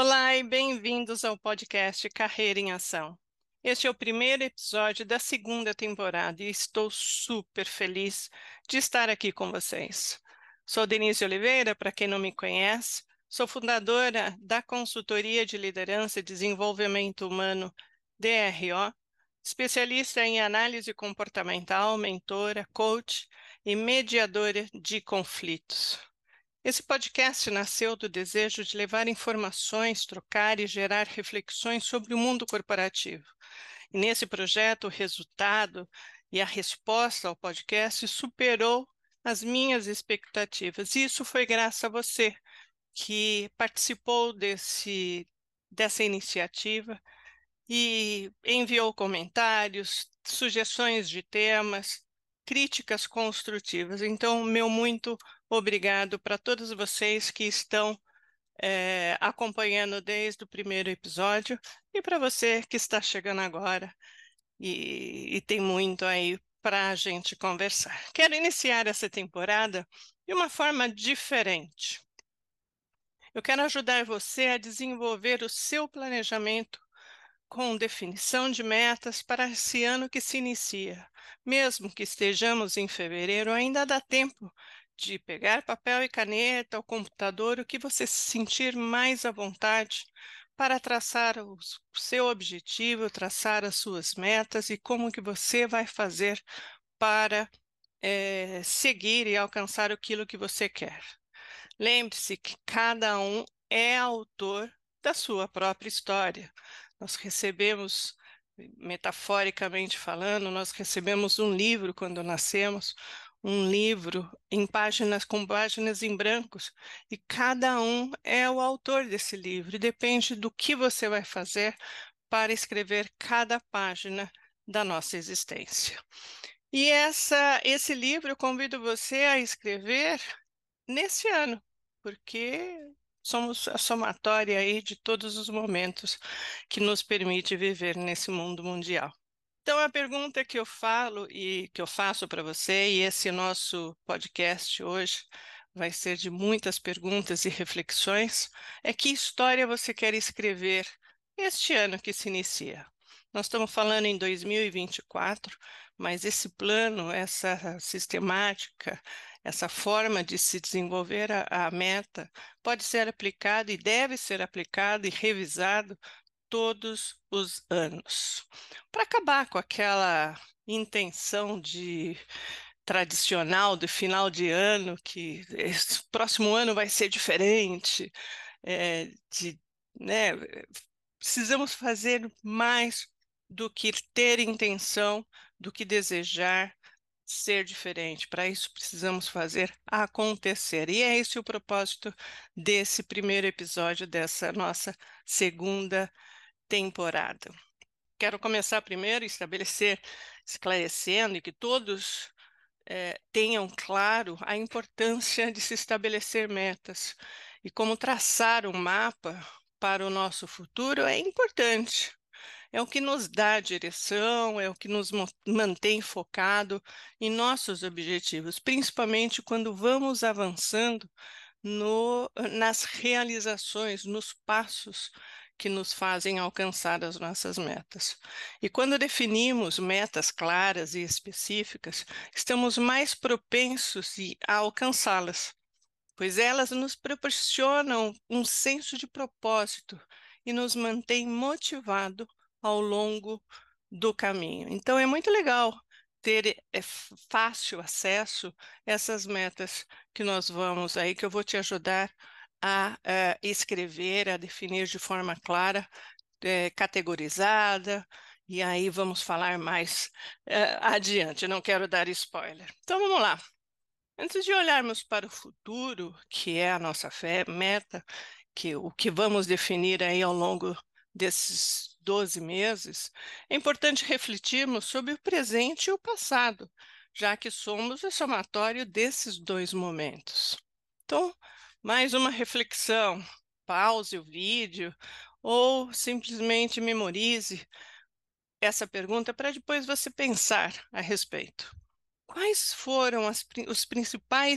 Olá e bem-vindos ao podcast Carreira em Ação. Este é o primeiro episódio da segunda temporada e estou super feliz de estar aqui com vocês. Sou Denise Oliveira, para quem não me conhece, sou fundadora da Consultoria de Liderança e Desenvolvimento Humano DRO, especialista em análise comportamental, mentora, coach e mediadora de conflitos. Esse podcast nasceu do desejo de levar informações, trocar e gerar reflexões sobre o mundo corporativo. E nesse projeto, o resultado e a resposta ao podcast superou as minhas expectativas. E isso foi graças a você que participou dessa iniciativa e enviou comentários, sugestões de temas, críticas construtivas. Então, meu muito obrigado para todos vocês que estão acompanhando desde o primeiro episódio e para você que está chegando agora e tem muito aí para a gente conversar. Quero iniciar essa temporada de uma forma diferente. Eu quero ajudar você a desenvolver o seu planejamento com definição de metas para esse ano que se inicia. Mesmo que estejamos em fevereiro, ainda dá tempo de pegar papel e caneta, o computador, o que você se sentir mais à vontade para traçar o seu objetivo, traçar as suas metas e como que você vai fazer para seguir e alcançar aquilo que você quer. Lembre-se que cada um é autor da sua própria história. Nós recebemos, metaforicamente falando, nós recebemos um livro quando nascemos, um livro com páginas em brancos, e cada um é o autor desse livro, e depende do que você vai fazer para escrever cada página da nossa existência. E esse livro eu convido você a escrever nesse ano, porque somos a somatória aí de todos os momentos que nos permite viver nesse mundo mundial. Então, a pergunta que eu falo e que eu faço para você, e esse nosso podcast hoje vai ser de muitas perguntas e reflexões, é que história você quer escrever este ano que se inicia? Nós estamos falando em 2024, mas esse plano, essa sistemática, essa forma de se desenvolver a meta pode ser aplicado e deve ser aplicado e revisado todos os anos. Para acabar com aquela intenção de tradicional do final de ano, que esse próximo ano vai ser diferente, é, de, né, precisamos fazer mais do que ter intenção, do que desejar ser diferente. Para isso, precisamos fazer acontecer. E é esse o propósito desse primeiro episódio dessa nossa segunda temporada. Quero começar primeiro esclarecendo e que todos tenham claro a importância de se estabelecer metas e como traçar um mapa para o nosso futuro é importante. É o que nos dá direção, é o que nos mantém focado em nossos objetivos, principalmente quando vamos avançando nas realizações, nos passos que nos fazem alcançar as nossas metas. E quando definimos metas claras e específicas, estamos mais propensos a alcançá-las, pois elas nos proporcionam um senso de propósito e nos mantém motivado ao longo do caminho. Então é muito legal ter fácil acesso a essas metas que nós vamos aí, que eu vou te ajudar a escrever, a definir de forma clara, categorizada, e aí vamos falar mais adiante, não quero dar spoiler. Então vamos lá. Antes de olharmos para o futuro, que é a nossa meta, o que vamos definir aí ao longo desses 12 meses, é importante refletirmos sobre o presente e o passado, já que somos o somatório desses dois momentos. Então, mais uma reflexão. Pause o vídeo ou simplesmente memorize essa pergunta para depois você pensar a respeito. Quais foram os principais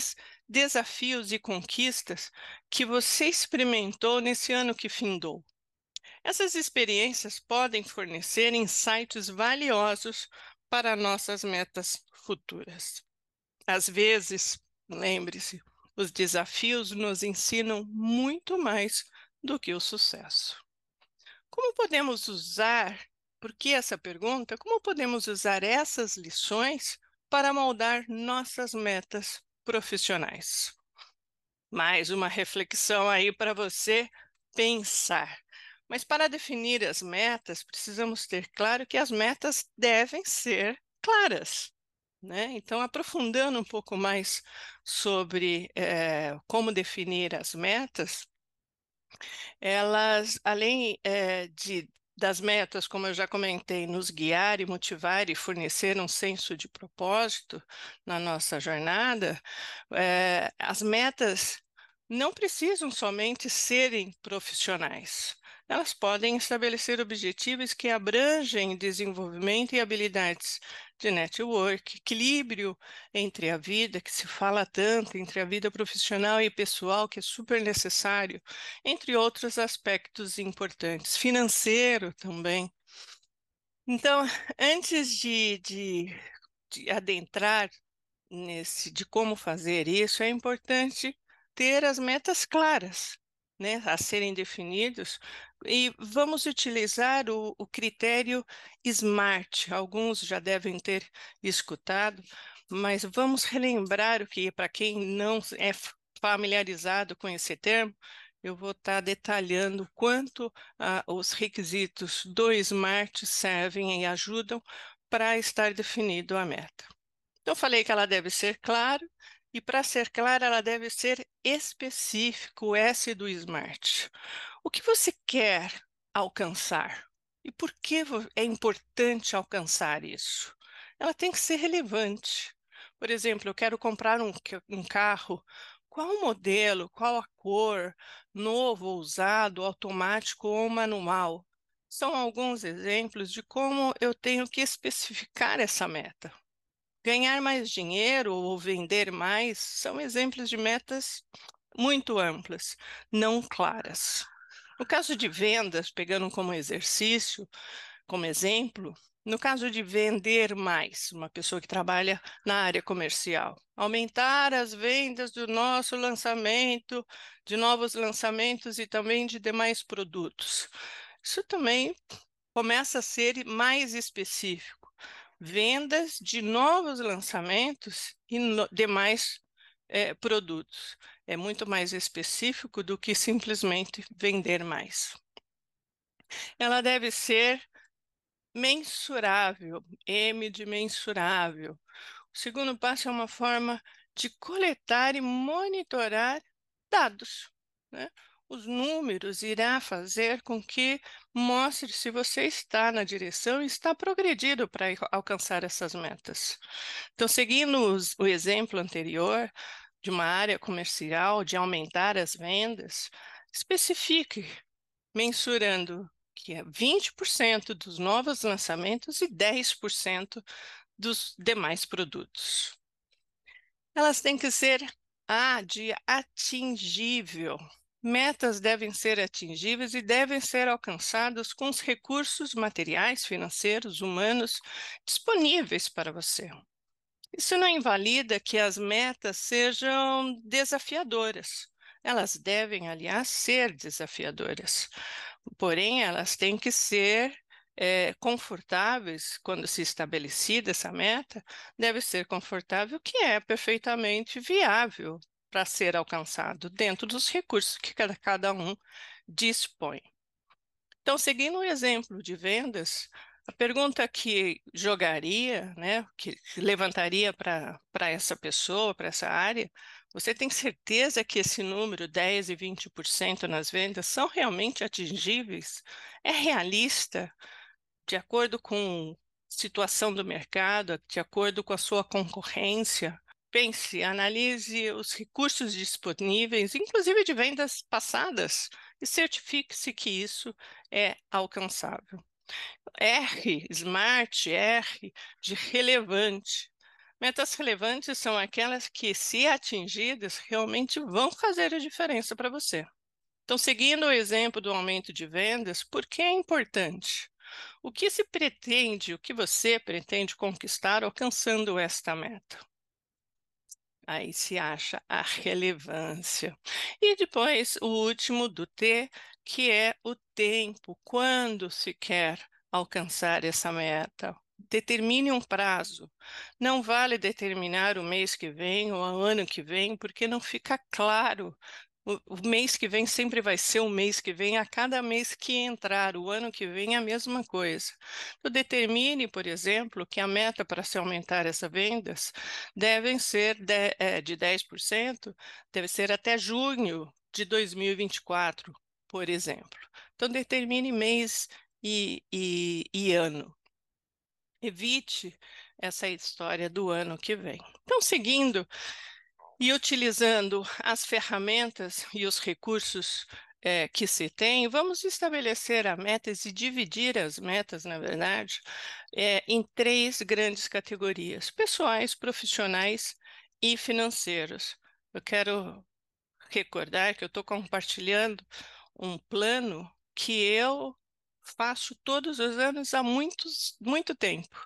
desafios e conquistas que você experimentou nesse ano que findou. Essas experiências podem fornecer insights valiosos para nossas metas futuras. Às vezes, lembre-se, os desafios nos ensinam muito mais do que o sucesso. Como podemos usar, por que essa pergunta? Como podemos usar essas lições para moldar nossas metas profissionais? Mais uma reflexão aí para você pensar. Mas para definir as metas, precisamos ter claro que as metas devem ser claras, né? Então, aprofundando um pouco mais sobre como definir as metas, elas, além das metas, como eu já comentei, nos guiar e motivar e fornecer um senso de propósito na nossa jornada, as metas não precisam somente serem profissionais. Elas podem estabelecer objetivos que abrangem desenvolvimento e habilidades de network, equilíbrio entre a vida, que se fala tanto, entre a vida profissional e pessoal, que é super necessário, entre outros aspectos importantes, financeiro também. Então, antes de adentrar de como fazer isso, é importante ter as metas claras, né, a serem definidos, e vamos utilizar o critério SMART. Alguns já devem ter escutado, mas vamos relembrar o que, para quem não é familiarizado com esse termo, eu vou estar detalhando quanto os requisitos do SMART servem e ajudam para estar definido a meta. Então, falei que ela deve ser clara, e para ser clara, ela deve ser específica, o S do SMART. O que você quer alcançar? E por que é importante alcançar isso? Ela tem que ser relevante. Por exemplo, eu quero comprar um carro. Qual o modelo, qual a cor, novo ou usado, automático ou manual? São alguns exemplos de como eu tenho que especificar essa meta. Ganhar mais dinheiro ou vender mais são exemplos de metas muito amplas, não claras. No caso de vendas, pegando como exercício, como exemplo, no caso de vender mais, uma pessoa que trabalha na área comercial, aumentar as vendas do nosso lançamento, de novos lançamentos e também de demais produtos. Isso também começa a ser mais específico. Vendas de novos lançamentos e demais produtos. É muito mais específico do que simplesmente vender mais. Ela deve ser mensurável, M de mensurável. O segundo passo é uma forma de coletar e monitorar dados, né? Os números irá fazer com que mostre se você está na direção e está progredindo para alcançar essas metas. Então, seguindo o exemplo anterior de uma área comercial, de aumentar as vendas, especifique, mensurando que é 20% dos novos lançamentos e 10% dos demais produtos. Elas têm que ser de atingível. Metas devem ser atingíveis e devem ser alcançadas com os recursos materiais, financeiros, humanos disponíveis para você. Isso não invalida que as metas sejam desafiadoras. Elas devem, aliás, ser desafiadoras. Porém, elas têm que ser confortáveis quando se estabelecida essa meta, deve ser confortável, que é perfeitamente viável para ser alcançado dentro dos recursos que cada um dispõe. Então, seguindo o exemplo de vendas, a pergunta que jogaria, né, que levantaria para essa pessoa, para essa área, você tem certeza que esse número, 10 e 20% nas vendas, são realmente atingíveis? É realista, de acordo com a situação do mercado, de acordo com a sua concorrência? Pense, analise os recursos disponíveis, inclusive de vendas passadas, e certifique-se que isso é alcançável. R, smart, R, de relevante. Metas relevantes são aquelas que, se atingidas, realmente vão fazer a diferença para você. Então, seguindo o exemplo do aumento de vendas, por que é importante? O que se pretende, o que você pretende conquistar alcançando esta meta? Aí se acha a relevância. E depois, o último do T, que é o tempo, quando se quer alcançar essa meta. Determine um prazo. Não vale determinar o mês que vem ou o ano que vem, porque não fica claro. O mês que vem sempre vai ser o mês que vem, a cada mês que entrar, o ano que vem é a mesma coisa. Então, determine, por exemplo, que a meta para se aumentar essas vendas devem ser de 10%, deve ser até junho de 2024, por exemplo. Então, determine mês e ano. Evite essa história do ano que vem. Então, seguindo e utilizando as ferramentas e os recursos que se tem, vamos estabelecer as metas e dividir as metas, na verdade, em três grandes categorias: pessoais, profissionais e financeiros. Eu quero recordar que eu estou compartilhando um plano que eu faço todos os anos há muito tempo.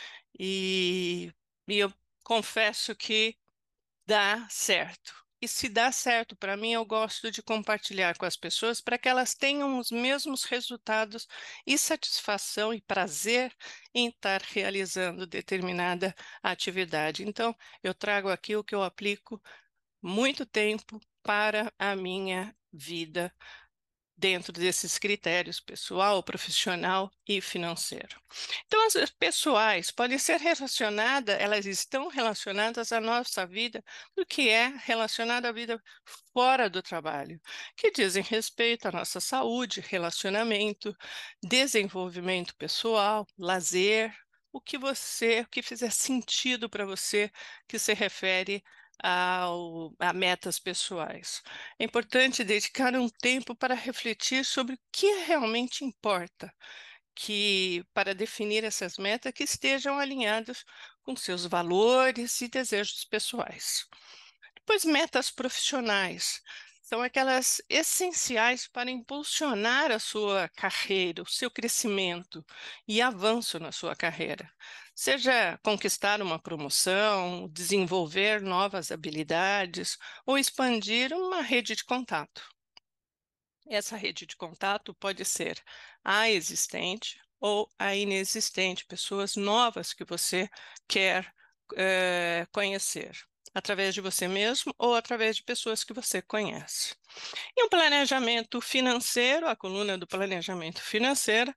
E, e eu confesso que dá certo. E se dá certo para mim, eu gosto de compartilhar com as pessoas para que elas tenham os mesmos resultados e satisfação e prazer em estar realizando determinada atividade. Então, eu trago aqui o que eu aplico muito tempo para a minha vida dentro desses critérios pessoal, profissional e financeiro. Então, as pessoais podem ser relacionadas, elas estão relacionadas à nossa vida, do que é relacionado à vida fora do trabalho, que dizem respeito à nossa saúde, relacionamento, desenvolvimento pessoal, lazer, o que fizer sentido para você, que se refere a metas pessoais. É importante dedicar um tempo para refletir sobre o que realmente importa, que para definir essas metas que estejam alinhadas com seus valores e desejos pessoais. Depois, metas profissionais são aquelas essenciais para impulsionar a sua carreira, o seu crescimento e avanço na sua carreira. Seja conquistar uma promoção, desenvolver novas habilidades ou expandir uma rede de contato. Essa rede de contato pode ser a existente ou a inexistente, pessoas novas que você quer conhecer, através de você mesmo ou através de pessoas que você conhece. E um planejamento financeiro, a coluna do planejamento financeiro,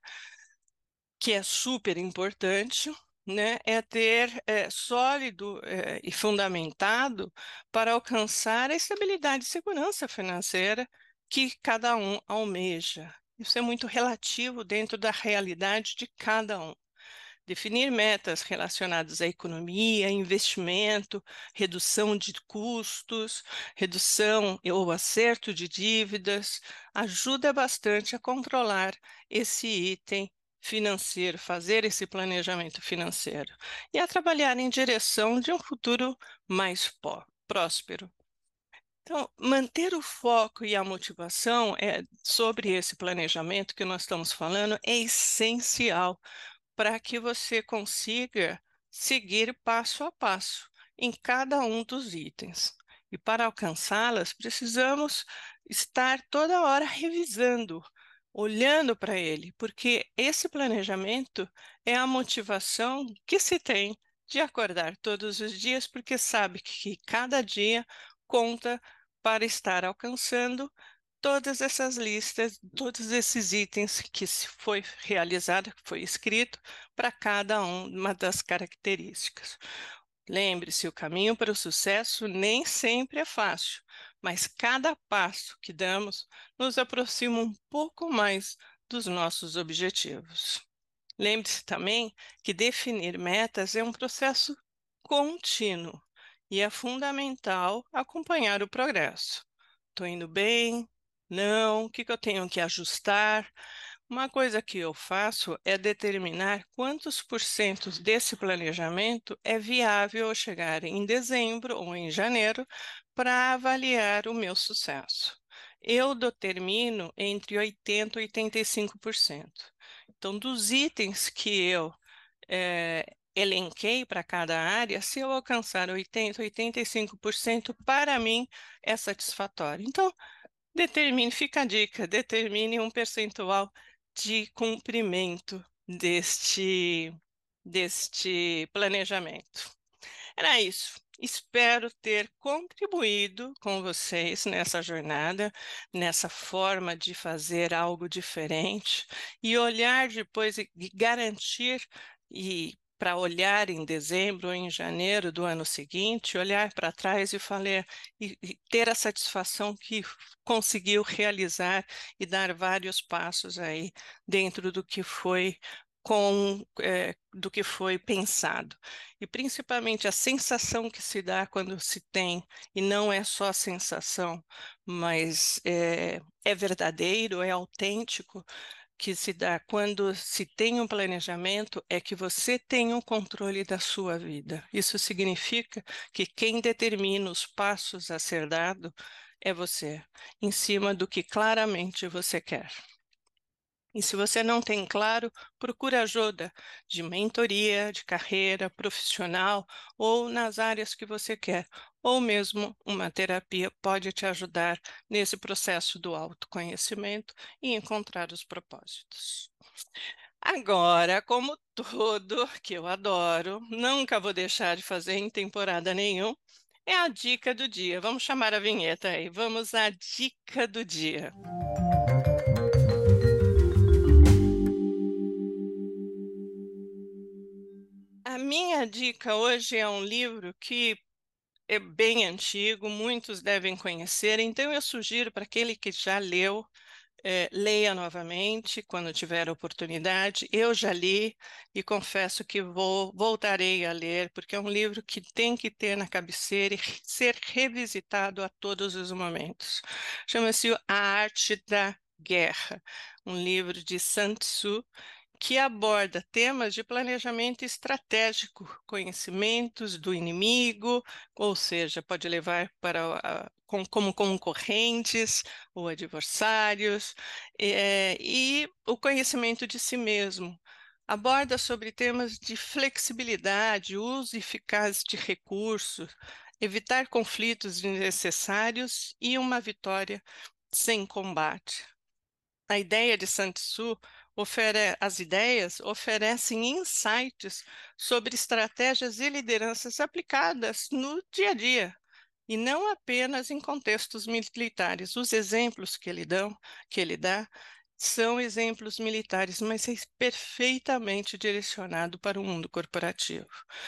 que é super importante, né, é ter sólido e fundamentado para alcançar a estabilidade e segurança financeira que cada um almeja. Isso é muito relativo dentro da realidade de cada um. Definir metas relacionadas à economia, investimento, redução de custos, redução ou acerto de dívidas, ajuda bastante a controlar esse item financeiro, fazer esse planejamento financeiro e a trabalhar em direção de um futuro mais próspero. Então, manter o foco e a motivação sobre esse planejamento que nós estamos falando é essencial para que você consiga seguir passo a passo em cada um dos itens. E para alcançá-las, precisamos estar toda hora revisando, olhando para ele, porque esse planejamento é a motivação que se tem de acordar todos os dias, porque sabe que cada dia conta para estar alcançando todas essas listas, todos esses itens que se foi realizado, que foi escrito para cada uma das características. Lembre-se, o caminho para o sucesso nem sempre é fácil, mas cada passo que damos nos aproxima um pouco mais dos nossos objetivos. Lembre-se também que definir metas é um processo contínuo e é fundamental acompanhar o progresso. Estou indo bem? Não? O que eu tenho que ajustar? Uma coisa que eu faço é determinar quantos por cento desse planejamento é viável eu chegar em dezembro ou em janeiro para avaliar o meu sucesso. Eu determino entre 80% e 85%. Então, dos itens que eu elenquei para cada área, se eu alcançar 80%, 85%, para mim é satisfatório. Então, fica a dica, determine um percentual de cumprimento deste planejamento. Era isso. Espero ter contribuído com vocês nessa jornada, nessa forma de fazer algo diferente e olhar depois e garantir e para olhar em dezembro ou em janeiro do ano seguinte, olhar para trás e falar e ter a satisfação que conseguiu realizar e dar vários passos aí dentro do que foi do que foi pensado. E principalmente a sensação que se dá quando se tem, e não é só a sensação, mas é verdadeiro, é autêntico, que se dá quando se tem um planejamento, é que você tem o controle da sua vida. Isso significa que quem determina os passos a ser dado é você, em cima do que claramente você quer. E se você não tem claro, procure ajuda de mentoria, de carreira profissional ou nas áreas que você quer, ou mesmo uma terapia pode te ajudar nesse processo do autoconhecimento e encontrar os propósitos. Agora, como tudo que eu adoro, nunca vou deixar de fazer em temporada nenhuma, é a dica do dia. Vamos chamar a vinheta aí. Vamos à dica do dia. A minha dica hoje é um livro que é bem antigo, muitos devem conhecer, então eu sugiro para aquele que já leu, leia novamente quando tiver oportunidade. Eu já li e confesso que voltarei a ler, porque é um livro que tem que ter na cabeceira e ser revisitado a todos os momentos. Chama-se A Arte da Guerra, um livro de Sun Tzu, que aborda temas de planejamento estratégico, conhecimentos do inimigo, ou seja, pode levar como concorrentes ou adversários, e o conhecimento de si mesmo. Aborda sobre temas de flexibilidade, uso eficaz de recursos, evitar conflitos desnecessários e uma vitória sem combate. A ideia de Sun Tzu as ideias oferecem insights sobre estratégias e lideranças aplicadas no dia a dia, e não apenas em contextos militares. Os exemplos que ele dá, são exemplos militares, mas é perfeitamente direcionado para o mundo corporativo.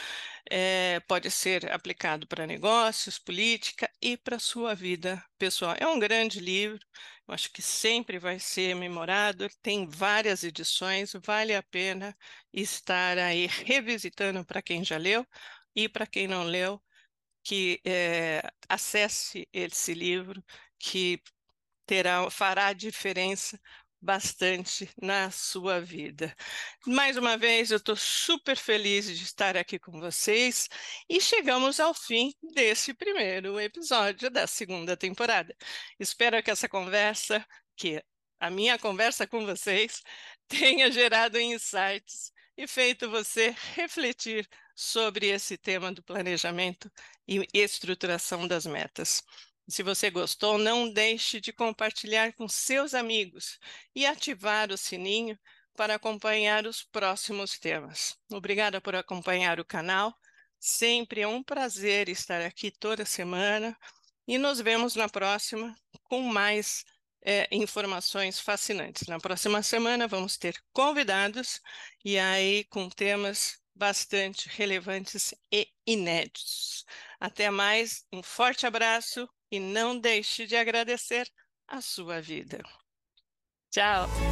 Pode ser aplicado para negócios, política e para a sua vida pessoal. É um grande livro, eu acho que sempre vai ser memorado, tem várias edições, vale a pena estar aí revisitando para quem já leu e para quem não leu, que acesse esse livro, que fará diferença bastante na sua vida. Mais uma vez, eu estou super feliz de estar aqui com vocês e chegamos ao fim desse primeiro episódio da segunda temporada. Espero que essa conversa, que a minha conversa com vocês, tenha gerado insights e feito você refletir sobre esse tema do planejamento e estruturação das metas. Se você gostou, não deixe de compartilhar com seus amigos e ativar o sininho para acompanhar os próximos temas. Obrigada por acompanhar o canal. Sempre é um prazer estar aqui toda semana e nos vemos na próxima com mais informações fascinantes. Na próxima semana vamos ter convidados e aí com temas bastante relevantes e inéditos. Até mais, um forte abraço e não deixe de agradecer a sua vida. Tchau!